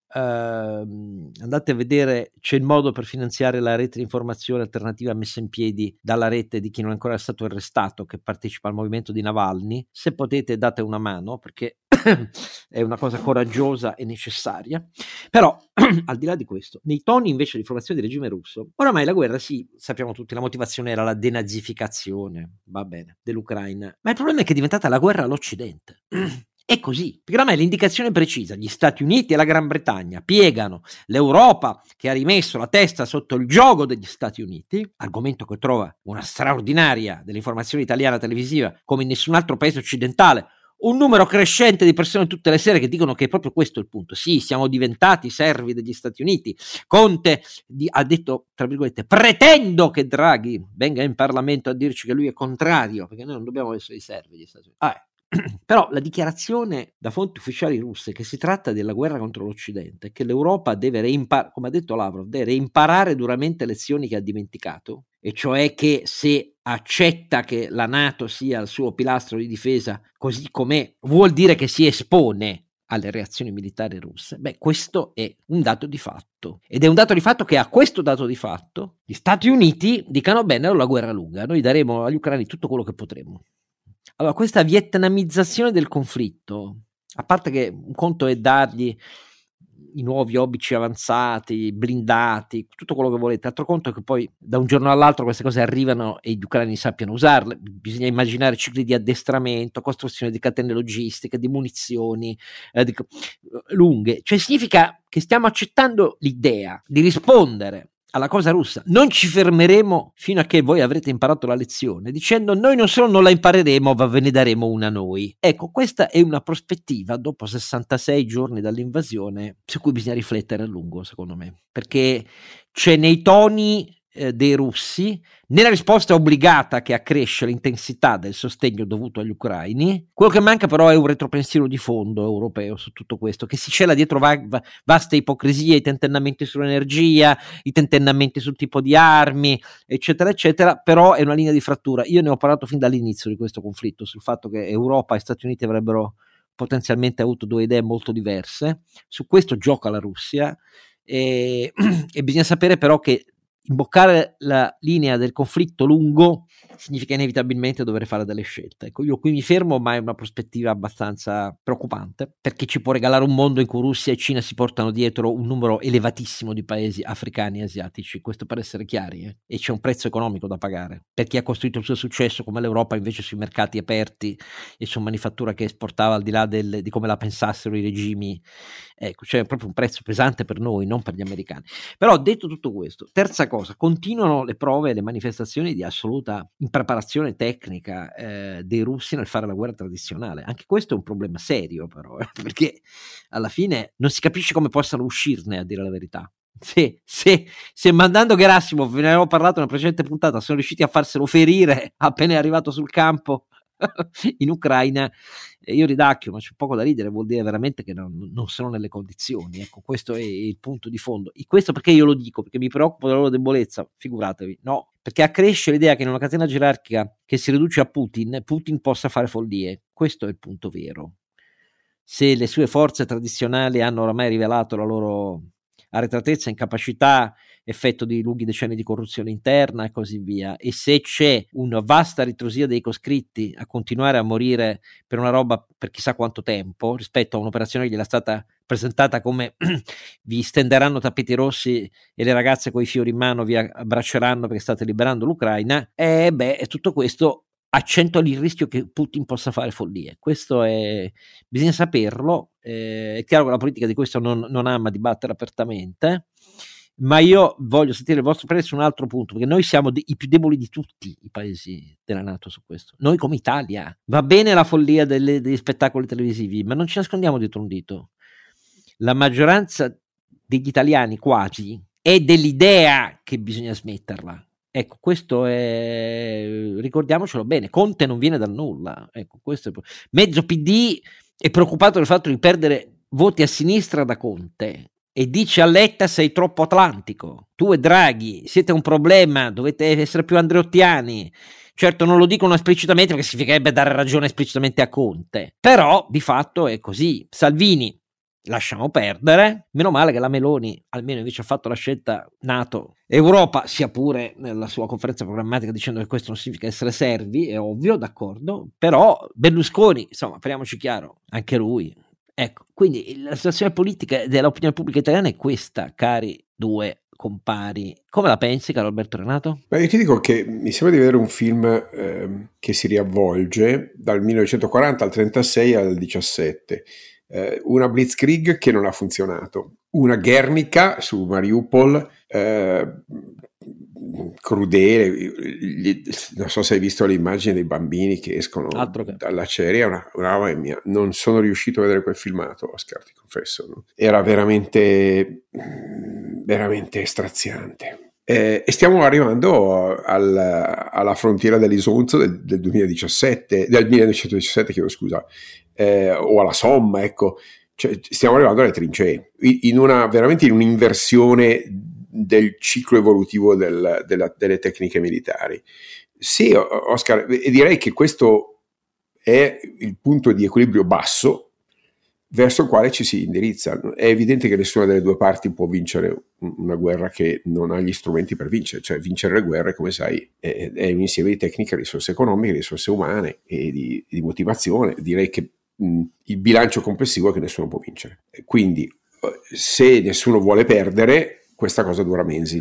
andate a vedere, c'è il modo per finanziare la rete di informazione alternativa messa in piedi dalla rete di chi non è ancora stato arrestato, che partecipa al movimento di Navalny. Se potete date una mano, perché è una cosa coraggiosa e necessaria. Però al di là di questo, nei toni invece di informazione del regime russo, oramai la guerra, sì, sappiamo tutti, la motivazione era la denazificazione, va bene, dell'Ucraina, ma il problema è che è diventata la guerra all'Occidente. È così, perché ormai l'indicazione precisa, gli Stati Uniti e la Gran Bretagna piegano l'Europa, che ha rimesso la testa sotto il giogo degli Stati Uniti, argomento che trova una straordinaria dell'informazione italiana televisiva come in nessun altro paese occidentale, un numero crescente di persone tutte le sere che dicono che è proprio questo il punto. Sì, siamo diventati servi degli Stati Uniti. Conte ha detto, tra virgolette, pretendo che Draghi venga in Parlamento a dirci che lui è contrario, perché noi non dobbiamo essere i servi degli Stati Uniti. Però la dichiarazione da fonti ufficiali russe che si tratta della guerra contro l'Occidente, che l'Europa deve come ha detto Lavrov, deve reimparare duramente lezioni che ha dimenticato, e cioè che se accetta che la NATO sia il suo pilastro di difesa così com'è, vuol dire che si espone alle reazioni militari russe. Beh, questo è un dato di fatto, ed è un dato di fatto che a questo dato di fatto gli Stati Uniti dicano: bene, allora la guerra lunga, noi daremo agli ucraini tutto quello che potremo. Allora, questa vietnamizzazione del conflitto, a parte che un conto è dargli i nuovi obici avanzati, blindati, tutto quello che volete, altro conto è che poi da un giorno all'altro queste cose arrivano e gli ucraini sappiano usarle. Bisogna immaginare cicli di addestramento, costruzione di catene logistiche, di munizioni lunghe, cioè significa che stiamo accettando l'idea di rispondere alla cosa russa. Non ci fermeremo fino a che voi avrete imparato la lezione, dicendo: noi non solo non la impareremo, ma ve ne daremo una noi. Ecco, questa è una prospettiva dopo 66 giorni dall'invasione su cui bisogna riflettere a lungo, secondo me, perché c'è nei toni dei russi, nella risposta obbligata che accresce l'intensità del sostegno dovuto agli ucraini. Quello che manca però è un retropensiero di fondo europeo su tutto questo, che si cela dietro vaste ipocrisie, i tentennamenti sull'energia, i tentennamenti sul tipo di armi, eccetera eccetera, però è una linea di frattura. Io ne ho parlato fin dall'inizio di questo conflitto, sul fatto che Europa e Stati Uniti avrebbero potenzialmente avuto due idee molto diverse. Su questo gioca la Russia, e bisogna sapere però che imboccare la linea del conflitto lungo significa inevitabilmente dover fare delle scelte. Ecco, io qui mi fermo, ma è una prospettiva abbastanza preoccupante, perché ci può regalare un mondo in cui Russia e Cina si portano dietro un numero elevatissimo di paesi africani e asiatici, questo per essere chiari, e c'è un prezzo economico da pagare per chi ha costruito il suo successo, come l'Europa invece sui mercati aperti e su manifattura che esportava al di là di come la pensassero i regimi. Ecco, c'è proprio un prezzo pesante per noi, non per gli americani. Però detto tutto questo, terza cosa, continuano le prove e le manifestazioni di assoluta impreparazione tecnica dei russi nel fare la guerra tradizionale. Anche questo è un problema serio però, perché alla fine non si capisce come possano uscirne, a dire la verità. Se mandando Gerasimov, ve ne avevo parlato nella precedente puntata, sono riusciti a farselo ferire appena è arrivato sul campo in Ucraina, io ridacchio, ma c'è poco da ridere, vuol dire veramente che non sono nelle condizioni. Ecco, questo è il punto di fondo. E questo perché io lo dico? Perché mi preoccupo della loro debolezza? Figuratevi, no, perché accresce l'idea che in una catena gerarchica che si riduce a Putin possa fare follie. Questo è il punto vero. Se le sue forze tradizionali hanno oramai rivelato la loro arretratezza, incapacità, effetto di lunghi decenni di corruzione interna e così via, e se c'è una vasta ritrosia dei coscritti a continuare a morire per una roba per chissà quanto tempo, rispetto a un'operazione che gli era stata presentata come vi stenderanno tappeti rossi e le ragazze coi fiori in mano vi abbracceranno perché state liberando l'Ucraina, tutto questo accento il rischio che Putin possa fare follie. Questo bisogna saperlo. È chiaro che la politica di questo non ama dibattere apertamente, ma io voglio sentire il vostro parere su un altro punto, perché noi siamo i più deboli di tutti i paesi della NATO su questo. Noi come Italia, va bene la follia degli spettacoli televisivi, ma non ci nascondiamo dietro un dito. La maggioranza degli italiani quasi è dell'idea che bisogna smetterla. Ecco, questo ricordiamocelo bene, Conte non viene dal nulla. Ecco, questo mezzo PD è preoccupato del fatto di perdere voti a sinistra da Conte e dice a Letta: sei troppo atlantico, tu e Draghi siete un problema, dovete essere più andreottiani. Certo non lo dicono esplicitamente, perché significherebbe dare ragione esplicitamente a Conte, però di fatto è così. Salvini lasciamo perdere, meno male che la Meloni almeno invece ha fatto la scelta NATO Europa, sia pure nella sua conferenza programmatica dicendo che questo non significa essere servi, è ovvio, d'accordo, però Berlusconi, insomma, parliamoci chiaro, anche lui. Ecco, quindi la situazione politica dell'opinione pubblica italiana è questa, cari due compari. Come la pensi, caro Alberto Renato? Beh, io ti dico che mi sembra di vedere un film che si riavvolge dal 1940 al 36 al 17. Una Blitzkrieg che non ha funzionato, una Guernica su Mariupol crudele, non so se hai visto le immagini dei bambini che escono dalla ceria, una roba mia, non sono riuscito a vedere quel filmato, Oscar, ti confesso, no? Era veramente straziante. E stiamo arrivando alla frontiera dell'Isonzo del 2017, del 1917, chiedo scusa, o alla Somma, ecco, cioè, stiamo arrivando alle trincee, veramente in un'inversione del ciclo evolutivo delle tecniche militari. Sì, Oscar, e direi che questo è il punto di equilibrio basso verso il quale ci si indirizza. È evidente che nessuna delle due parti può vincere una guerra che non ha gli strumenti per vincere, cioè vincere le guerre, come sai, è un insieme di tecniche, risorse economiche, risorse umane e di motivazione. Direi che il bilancio complessivo è che nessuno può vincere. Quindi se nessuno vuole perdere, questa cosa dura mesi.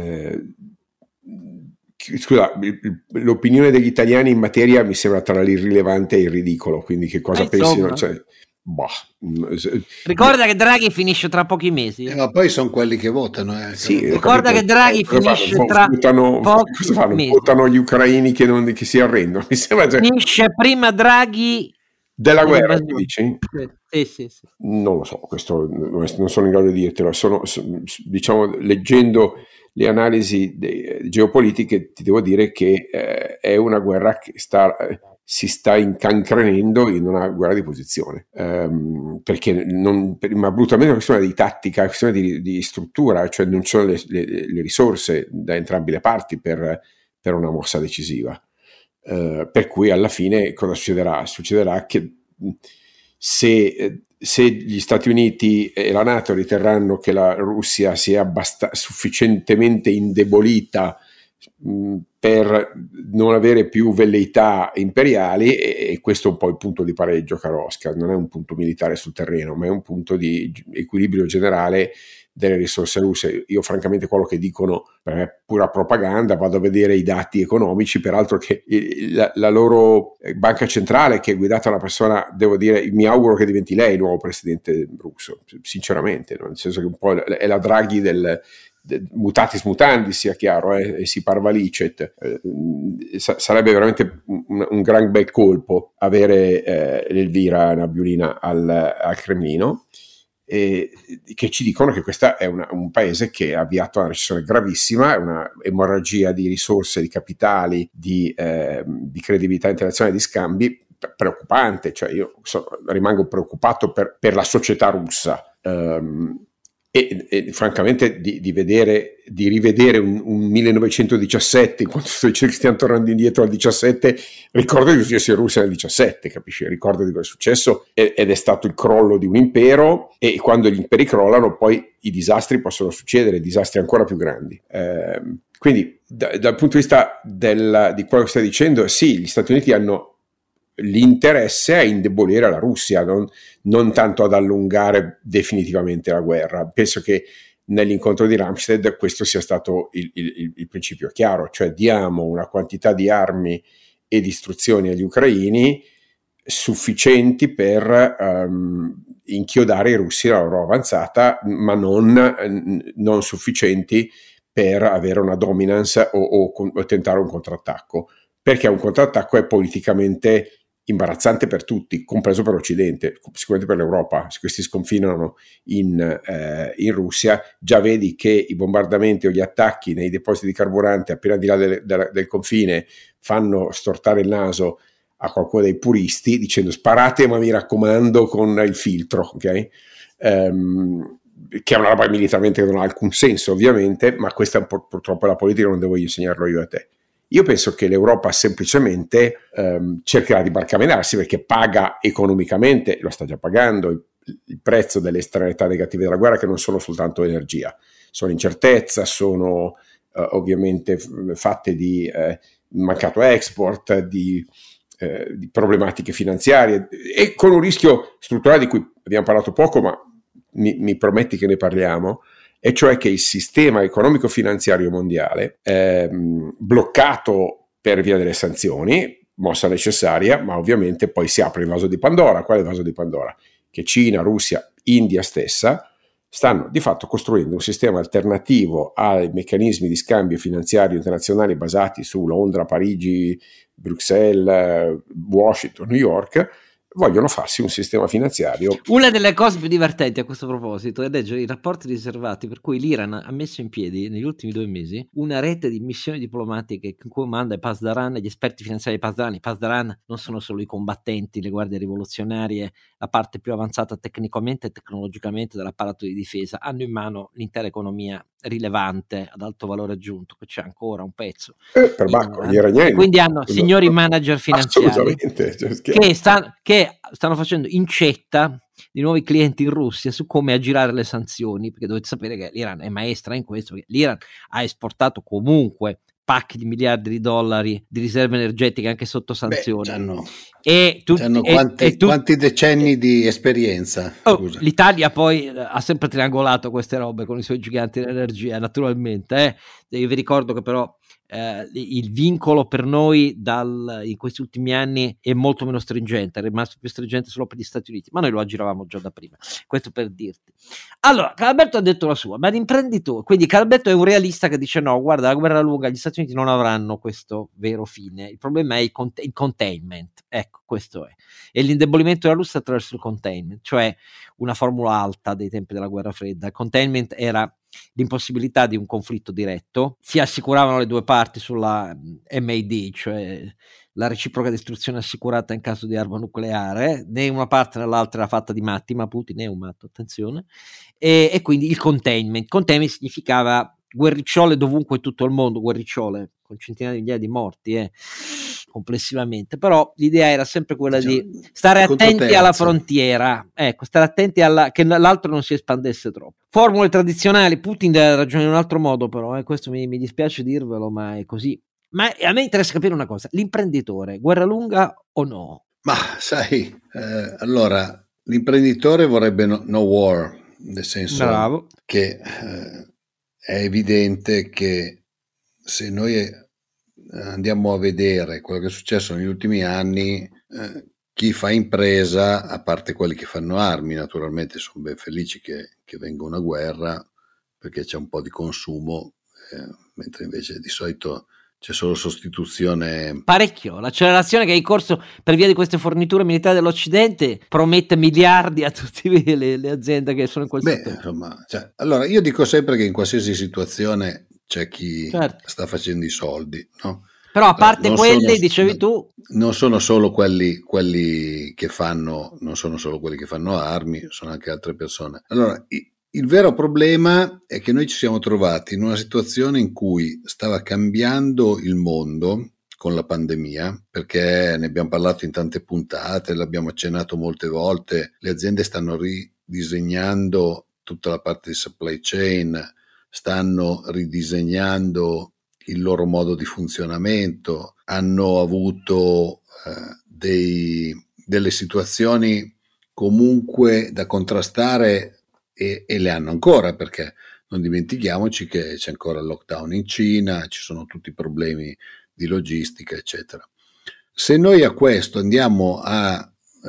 Scusa, l'opinione degli italiani in materia mi sembra tra l'irrilevante e il ridicolo, quindi che cosa pensino? Cioè, ricorda che Draghi finisce tra pochi mesi. Ma poi sono quelli che votano. Sì, ricorda che Draghi finisce tra pochi mesi. Votano gli ucraini che si arrendono. Mi sembra, cioè, finisce prima Draghi della guerra, tu dici? Sì. Non lo so, questo non sono in grado di dirtelo. Diciamo, leggendo le analisi geopolitiche, ti devo dire che è una guerra che si sta incancrenendo in una guerra di posizione, perché ma brutalmente è una questione di tattica, è una questione di struttura, cioè non ci sono le risorse da entrambe le parti per una mossa decisiva. Per cui alla fine cosa succederà? Succederà che se gli Stati Uniti e la NATO riterranno che la Russia sia sufficientemente indebolita per non avere più velleità imperiali, e questo è un po' il punto di pareggio, caro Oscar, non è un punto militare sul terreno, ma è un punto di equilibrio generale delle risorse russe. Io francamente quello che dicono per me è pura propaganda, vado a vedere i dati economici, peraltro che la loro banca centrale, che è guidata da una persona, devo dire, mi auguro che diventi lei il nuovo presidente russo, sinceramente, no? Nel senso che un po' è la Draghi del mutatis mutandis, sia chiaro, e si parva licet. Sarebbe veramente un gran bel colpo avere l'Elvira Nabiulina al Cremlino, e che ci dicono che questo è un paese che ha avviato una recessione gravissima, è una emorragia di risorse, di capitali, di credibilità internazionale, di scambi preoccupante. Cioè io rimango preoccupato per la società russa, e francamente di rivedere un 1917, quando stiamo tornando indietro al 17, ricordo di successo in Russia nel 17, capisci? Ricordo di cosa è successo, ed è stato il crollo di un impero, e quando gli imperi crollano poi i disastri possono succedere, disastri ancora più grandi. Quindi dal punto di vista di quello che stai dicendo, sì, gli Stati Uniti hanno l'interesse a indebolire la Russia, non tanto ad allungare definitivamente la guerra. Penso che nell'incontro di Ramstedt questo sia stato il principio chiaro, cioè diamo una quantità di armi e di istruzioni agli ucraini sufficienti per inchiodare i russi alla loro avanzata, ma non sufficienti per avere una dominance o tentare un contrattacco, perché un contrattacco è politicamente imbarazzante per tutti, compreso per l'Occidente, sicuramente per l'Europa. Se questi sconfinano in Russia, già vedi che i bombardamenti o gli attacchi nei depositi di carburante appena di là del confine fanno stortare il naso a qualcuno dei puristi dicendo sparate ma mi raccomando con il filtro, ok? Che è una roba militarmente che non ha alcun senso ovviamente, ma questa è un po' purtroppo la politica, non devo insegnarlo io a te. Io penso che l'Europa semplicemente cercherà di barcamenarsi, perché paga economicamente, lo sta già pagando, il prezzo delle esternalità negative della guerra, che non sono soltanto energia, sono incertezza, sono ovviamente fatte di mancato export, di problematiche finanziarie, e con un rischio strutturale di cui abbiamo parlato poco, ma mi prometti che ne parliamo, e cioè che il sistema economico-finanziario mondiale è bloccato per via delle sanzioni, mossa necessaria, ma ovviamente poi si apre il vaso di Pandora. Qual è il vaso di Pandora? Che Cina, Russia, India stessa stanno di fatto costruendo un sistema alternativo ai meccanismi di scambio finanziario internazionali basati su Londra, Parigi, Bruxelles, Washington, New York. Vogliono farsi un sistema finanziario. Una delle cose più divertenti a questo proposito è leggere i rapporti riservati per cui l'Iran ha messo in piedi negli ultimi 2 mesi una rete di missioni diplomatiche in cui manda i Pasdaran e gli esperti finanziari di Pasdaran. I Pasdaran non sono solo i combattenti, le guardie rivoluzionarie, la parte più avanzata tecnicamente e tecnologicamente dell'apparato di difesa, hanno in mano l'intera economia rilevante ad alto valore aggiunto, che c'è ancora un pezzo per Bacco, gli iraniani, quindi hanno signori manager finanziari che stanno facendo incetta di nuovi clienti in Russia su come aggirare le sanzioni, perché dovete sapere che l'Iran è maestra in questo, perché l'Iran ha esportato comunque pacchi di miliardi di dollari di riserve energetiche anche sotto sanzioni. Quanti decenni di esperienza. L'Italia poi ha sempre triangolato queste robe con i suoi giganti dell'energia, naturalmente. Io vi ricordo che però il vincolo per noi in questi ultimi anni è molto meno stringente, è rimasto più stringente solo per gli Stati Uniti, ma noi lo aggiravamo già da prima. Questo per dirti. Allora, Carlalberto ha detto la sua, ma l'imprenditore, quindi Carlalberto è un realista che dice no, guarda, la guerra lunga, gli Stati Uniti non avranno questo vero fine, il problema è il containment, ecco, questo è l'indebolimento della Russia attraverso il containment, cioè una formula alta dei tempi della guerra fredda. Il containment era l'impossibilità di un conflitto diretto, si assicuravano le due parti sulla MAD, cioè la reciproca distruzione assicurata in caso di arma nucleare, né una parte né l'altra era fatta di matti, ma Putin è un matto, attenzione, e quindi il containment significava guerricciole dovunque in tutto il mondo, guerricciole con centinaia di migliaia di morti complessivamente, però l'idea era sempre quella di stare attenti alla frontiera, ecco, stare attenti che l'altro non si espandesse troppo. Formule tradizionali, Putin deve ragionare in un altro modo, però questo mi dispiace dirvelo, ma è così. Ma a me interessa capire una cosa: l'imprenditore, guerra lunga o no? Ma sai, allora l'imprenditore vorrebbe no war, nel senso Bravo. che è evidente che se noi andiamo a vedere quello che è successo negli ultimi anni, chi fa impresa, a parte quelli che fanno armi, naturalmente sono ben felici che venga una guerra perché c'è un po' di consumo, mentre invece di solito c'è solo sostituzione. Parecchio, l'accelerazione che è in corso per via di queste forniture militari dell'Occidente promette miliardi a tutte le aziende che sono in quel settore. Insomma, allora io dico sempre che in qualsiasi situazione c'è chi sta facendo i soldi, no? Però a parte quelli, dicevi tu, non sono solo quelli che fanno, non sono solo quelli che fanno armi, sono anche altre persone. Allora, il vero problema è che noi ci siamo trovati in una situazione in cui stava cambiando il mondo con la pandemia, perché ne abbiamo parlato in tante puntate, l'abbiamo accennato molte volte, le aziende stanno ridisegnando tutta la parte di supply chain, stanno ridisegnando il loro modo di funzionamento, hanno avuto delle situazioni comunque da contrastare e le hanno ancora, perché non dimentichiamoci che c'è ancora il lockdown in Cina, ci sono tutti i problemi di logistica, eccetera. Se noi a questo andiamo a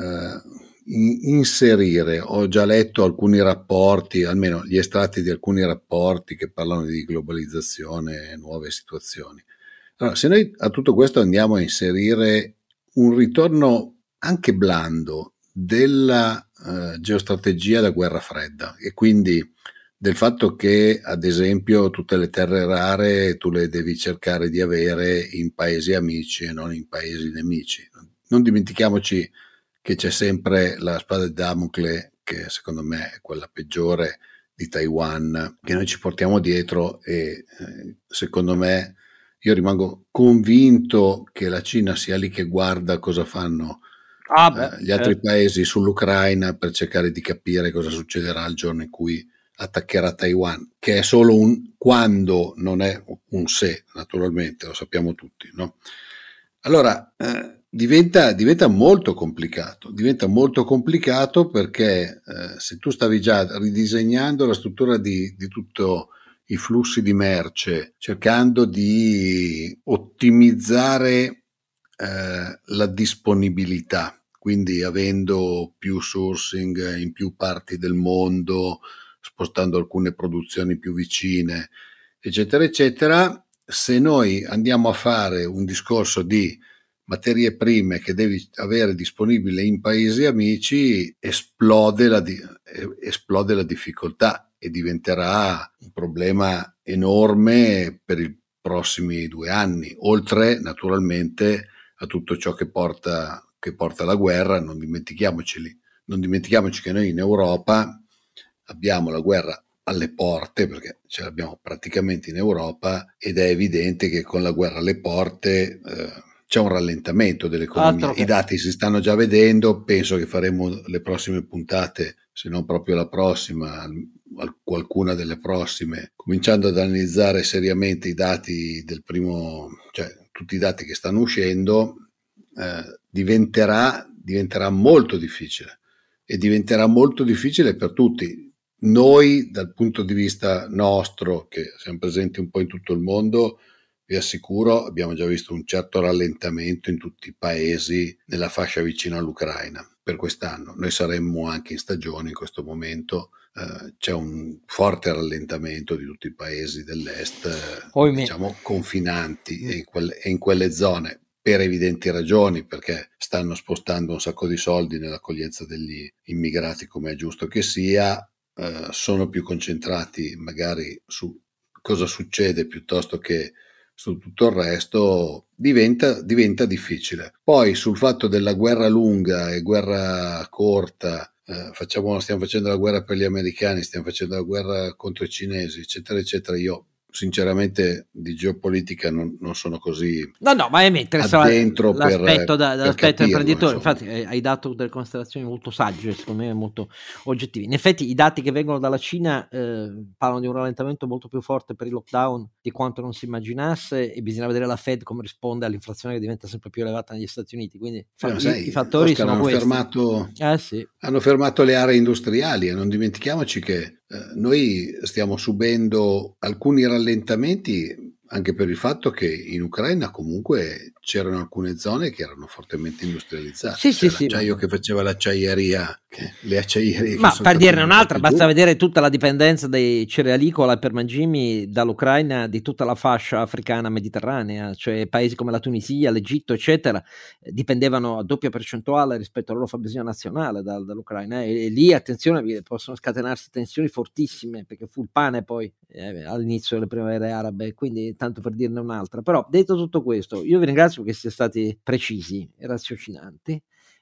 inserire, ho già letto alcuni rapporti, almeno gli estratti di alcuni rapporti che parlano di globalizzazione e nuove situazioni. Allora, se noi a tutto questo andiamo a inserire un ritorno anche blando della geostrategia da guerra fredda, e quindi del fatto che, ad esempio, tutte le terre rare tu le devi cercare di avere in paesi amici e non in paesi nemici. Non dimentichiamoci che c'è sempre la spada di Damocle, che secondo me è quella peggiore, di Taiwan, che noi ci portiamo dietro, e secondo me, io rimango convinto che la Cina sia lì che guarda cosa fanno gli altri paesi sull'Ucraina, per cercare di capire cosa succederà il giorno in cui attaccherà Taiwan, che è solo un quando, non è un se, naturalmente, lo sappiamo tutti, no? Allora diventa molto complicato, perché se tu stavi già ridisegnando la struttura di tutti i flussi di merce, cercando di ottimizzare la disponibilità, quindi avendo più sourcing in più parti del mondo, spostando alcune produzioni più vicine, eccetera, eccetera. Se noi andiamo a fare un discorso di materie prime che devi avere disponibili in paesi amici, esplode la difficoltà e diventerà un problema enorme per i prossimi 2 anni, oltre naturalmente a tutto ciò che porta la guerra. Non dimentichiamoci che noi in Europa abbiamo la guerra alle porte, perché ce l'abbiamo praticamente in Europa, ed è evidente che con la guerra alle porte c'è un rallentamento dell'economia. I dati si stanno già vedendo, penso che faremo le prossime puntate, se non proprio la prossima, qualcuna delle prossime, cominciando ad analizzare seriamente i dati del primo, cioè tutti i dati che stanno uscendo. Diventerà molto difficile, e diventerà molto difficile per tutti. Noi, dal punto di vista nostro, che siamo presenti un po' in tutto il mondo, vi assicuro, abbiamo già visto un certo rallentamento in tutti i paesi nella fascia vicina all'Ucraina per quest'anno. Noi saremmo anche in stagione in questo momento. C'è un forte rallentamento di tutti i paesi dell'est, diciamo confinanti, e in quelle zone, per evidenti ragioni, perché stanno spostando un sacco di soldi nell'accoglienza degli immigrati, come è giusto che sia. Sono più concentrati magari su cosa succede piuttosto che su tutto il resto. Diventa difficile. Poi sul fatto della guerra lunga e guerra corta, stiamo facendo la guerra per gli americani, stiamo facendo la guerra contro i cinesi, eccetera eccetera. Io sinceramente di geopolitica non sono così ma mi interessa l'aspetto dall'aspetto imprenditore. Infatti hai dato delle considerazioni molto sagge, secondo me molto oggettive. In effetti i dati che vengono dalla Cina parlano di un rallentamento molto più forte per il lockdown di quanto non si immaginasse, e bisogna vedere la Fed come risponde all'inflazione che diventa sempre più elevata negli Stati Uniti. Quindi i fattori Oscar, sono questi. Hanno fermato le aree industriali, e non dimentichiamoci che noi stiamo subendo alcuni rallentamenti anche per il fatto che in Ucraina comunque c'erano alcune zone che erano fortemente industrializzate. L'acciaio che faceva l'acciaieria, le acciaierie. Ma per dirne un'altra, basta vedere tutta la dipendenza dei cerealicola per mangimi dall'Ucraina, di tutta la fascia africana mediterranea, cioè paesi come la Tunisia, l'Egitto, eccetera, dipendevano a doppia percentuale rispetto al loro fabbisogno nazionale dall'Ucraina, e lì, attenzione, possono scatenarsi tensioni fortissime, perché fu il pane poi all'inizio delle primavere arabe, quindi tanto per dirne un'altra. Però detto tutto questo, io vi ringrazio che siete stati precisi e raziocinanti.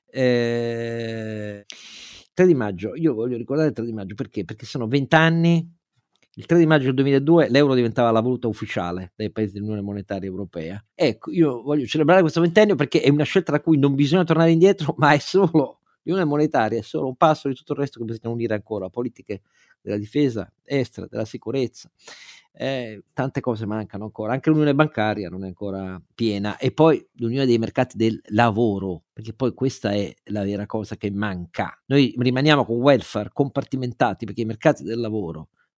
3 di maggio, io voglio ricordare il 3 di maggio perché sono 20 anni. Il 3 di maggio del 2002 l'euro diventava la valuta ufficiale dei paesi dell'Unione Monetaria Europea. Ecco, io voglio celebrare questo ventennio perché è una scelta da cui non bisogna tornare indietro, ma è solo l'Unione Monetaria, è solo un passo di tutto il resto che bisogna unire ancora: politiche della difesa estera, della sicurezza. Tante cose mancano ancora, anche l'unione bancaria non è ancora piena, e poi l'unione dei mercati del lavoro, perché poi questa è la vera cosa che manca. Noi rimaniamo con welfare compartimentati perché i mercati del lavoro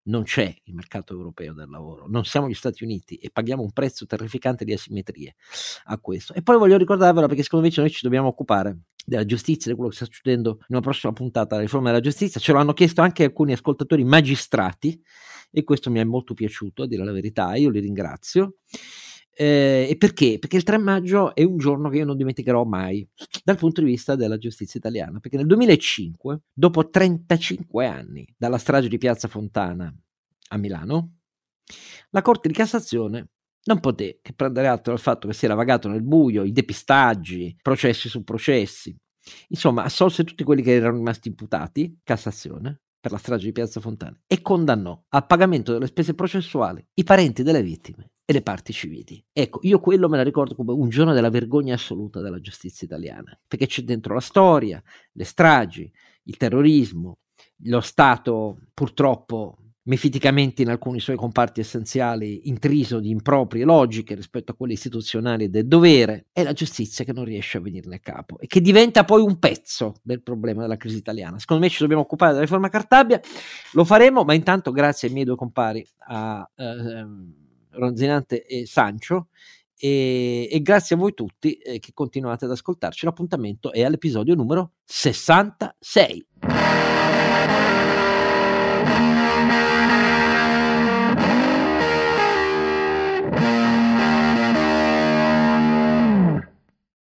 non c'è il mercato europeo del lavoro, non siamo gli Stati Uniti e paghiamo un prezzo terrificante di asimmetrie a questo. E poi voglio ricordarvelo, perché secondo me noi ci dobbiamo occupare della giustizia, di quello che sta succedendo in una prossima puntata della riforma della giustizia. Ce lo hanno chiesto anche alcuni ascoltatori magistrati e questo mi è molto piaciuto, a dire la verità, io li ringrazio. E perché? Perché il 3 maggio è un giorno che io non dimenticherò mai dal punto di vista della giustizia italiana, perché nel 2005, dopo 35 anni dalla strage di Piazza Fontana a Milano, la Corte di Cassazione non poté che prendere atto del fatto che si era vagato nel buio, i depistaggi, processi su processi, insomma assolse tutti quelli che erano rimasti imputati, Cassazione, per la strage di Piazza Fontana, e condannò al pagamento delle spese processuali i parenti delle vittime e le parti civili. Ecco, io quello me la ricordo come un giorno della vergogna assoluta della giustizia italiana, perché c'è dentro la storia, le stragi, il terrorismo, lo Stato purtroppo mefiticamente in alcuni suoi comparti essenziali intriso di improprie logiche rispetto a quelle istituzionali e del dovere, e la giustizia che non riesce a venirne a capo e che diventa poi un pezzo del problema della crisi italiana. Secondo me ci dobbiamo occupare della riforma Cartabia, lo faremo, ma intanto grazie ai miei due compari, a Ronzinante e Sancio, e grazie a voi tutti che continuate ad ascoltarci. L'appuntamento è all'episodio numero 66.